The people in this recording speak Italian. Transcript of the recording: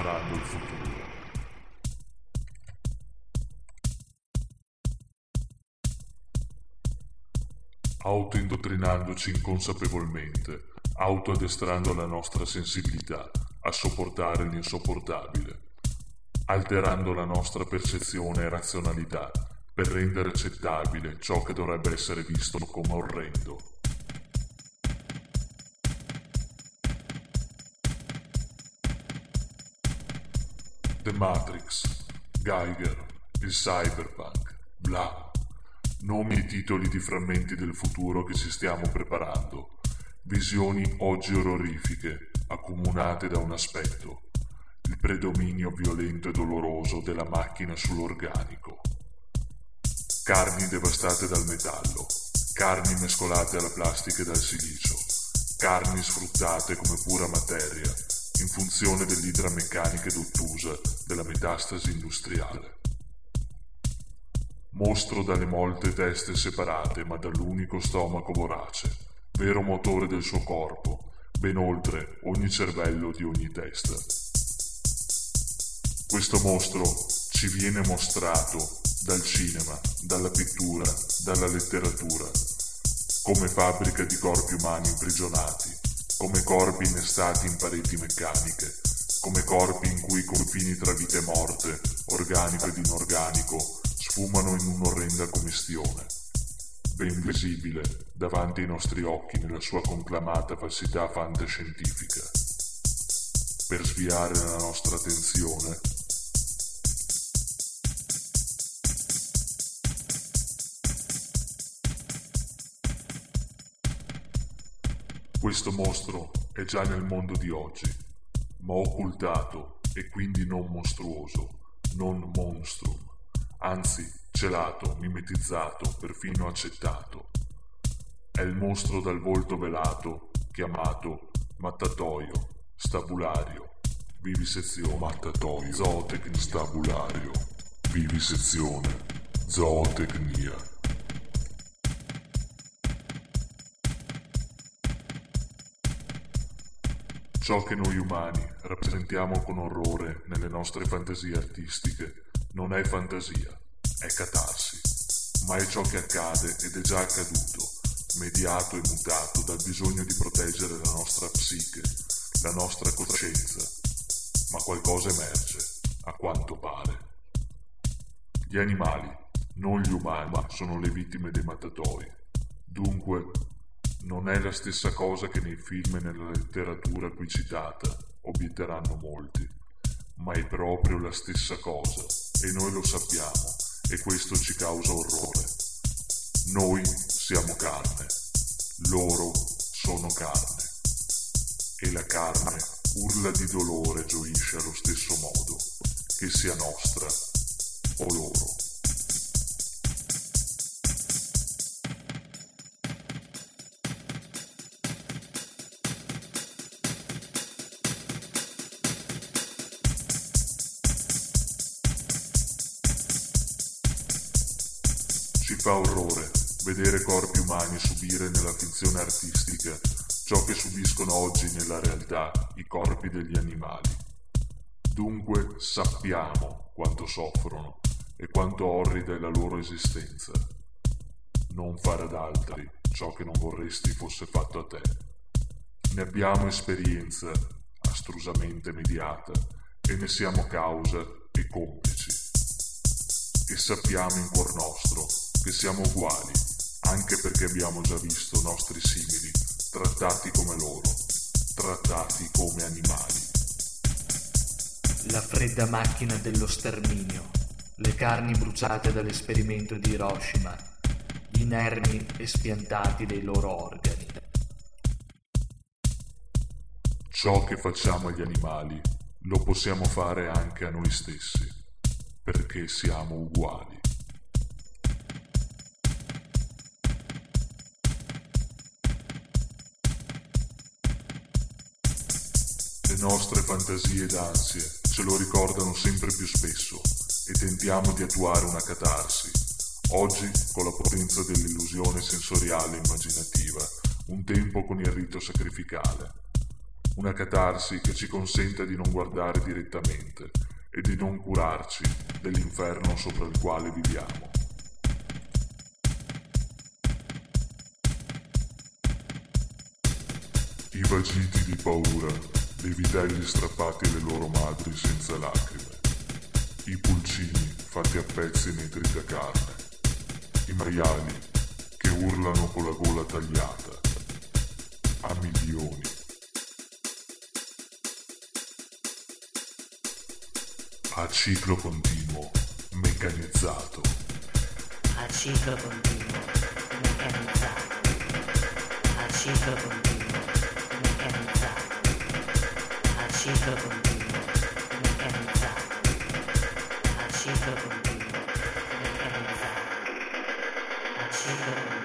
preparando il futuro. Autoindottrinandoci inconsapevolmente, autoaddestrando la nostra sensibilità a sopportare l'insopportabile, alterando la nostra percezione e razionalità per rendere accettabile ciò che dovrebbe essere visto come orrendo. The Matrix, Geiger, il cyberpunk, bla. Nomi e titoli di frammenti del futuro che ci stiamo preparando. Visioni oggi orrorifiche, accomunate da un aspetto: il predominio violento e doloroso della macchina sull'organico. Carni devastate dal metallo, carni mescolate alla plastica e dal silicio, carni sfruttate come pura materia, in funzione dell'idra meccanica ed ottusa della metastasi industriale. Mostro dalle molte teste separate ma dall'unico stomaco vorace, vero motore del suo corpo, ben oltre ogni cervello di ogni testa. Questo mostro ci viene mostrato dal cinema, dalla pittura, dalla letteratura, come fabbrica di corpi umani imprigionati, come corpi innestati in pareti meccaniche, come corpi in cui i confini tra vita e morte, organico ed inorganico, sfumano in un'orrenda commistione, ben visibile davanti ai nostri occhi nella sua conclamata falsità fantascientifica. Per sviare la nostra attenzione, questo mostro è già nel mondo di oggi, ma occultato e quindi non mostruoso, non monstrum, anzi celato, mimetizzato, perfino accettato. È il mostro dal volto velato, chiamato mattatoio, stabulario, vivisezione, mattatoio, zootecnia, stabulario, vivisezione, zootecnia. Ciò che noi umani rappresentiamo con orrore nelle nostre fantasie artistiche non è fantasia, è catarsi, ma è ciò che accade ed è già accaduto, mediato e mutato dal bisogno di proteggere la nostra psiche, la nostra coscienza, ma qualcosa emerge, a quanto pare. Gli animali, non gli umani, sono le vittime dei mattatoi, dunque non è la stessa cosa che nei film e nella letteratura qui citata, obietteranno molti, ma è proprio la stessa cosa e noi lo sappiamo e questo ci causa orrore. Noi siamo carne, loro sono carne e la carne urla di dolore e gioisce allo stesso modo, che sia nostra o loro. Ci fa orrore vedere corpi umani subire nella finzione artistica ciò che subiscono oggi nella realtà i corpi degli animali. Dunque sappiamo quanto soffrono e quanto orrida è la loro esistenza. Non fare ad altri ciò che non vorresti fosse fatto a te. Ne abbiamo esperienza astrusamente mediata e ne siamo causa e complici. E sappiamo in cuor nostro che siamo uguali, anche perché abbiamo già visto nostri simili trattati come loro, trattati come animali. La fredda macchina dello sterminio, le carni bruciate dall'esperimento di Hiroshima, gli inermi espiantati dei loro organi. Ciò che facciamo agli animali lo possiamo fare anche a noi stessi, perché siamo uguali. Le nostre fantasie ed ansie ce lo ricordano sempre più spesso e tentiamo di attuare una catarsi, oggi con la potenza dell'illusione sensoriale e immaginativa, un tempo con il rito sacrificale. Una catarsi che ci consenta di non guardare direttamente e di non curarci dell'inferno sopra il quale viviamo. I vagiti di paura, dei vitelli strappati alle loro madri senza lacrime, i pulcini fatti a pezzi nei tritacarne, i maiali che urlano con la gola tagliata, a milioni. A ciclo continuo, meccanizzato. A ciclo continuo, meccanizzato. A ciclo continuo, meccanizzato. A ciclo continuo, meccanizzato. A ciclo continuo, meccanizzato. A ciclo continuo.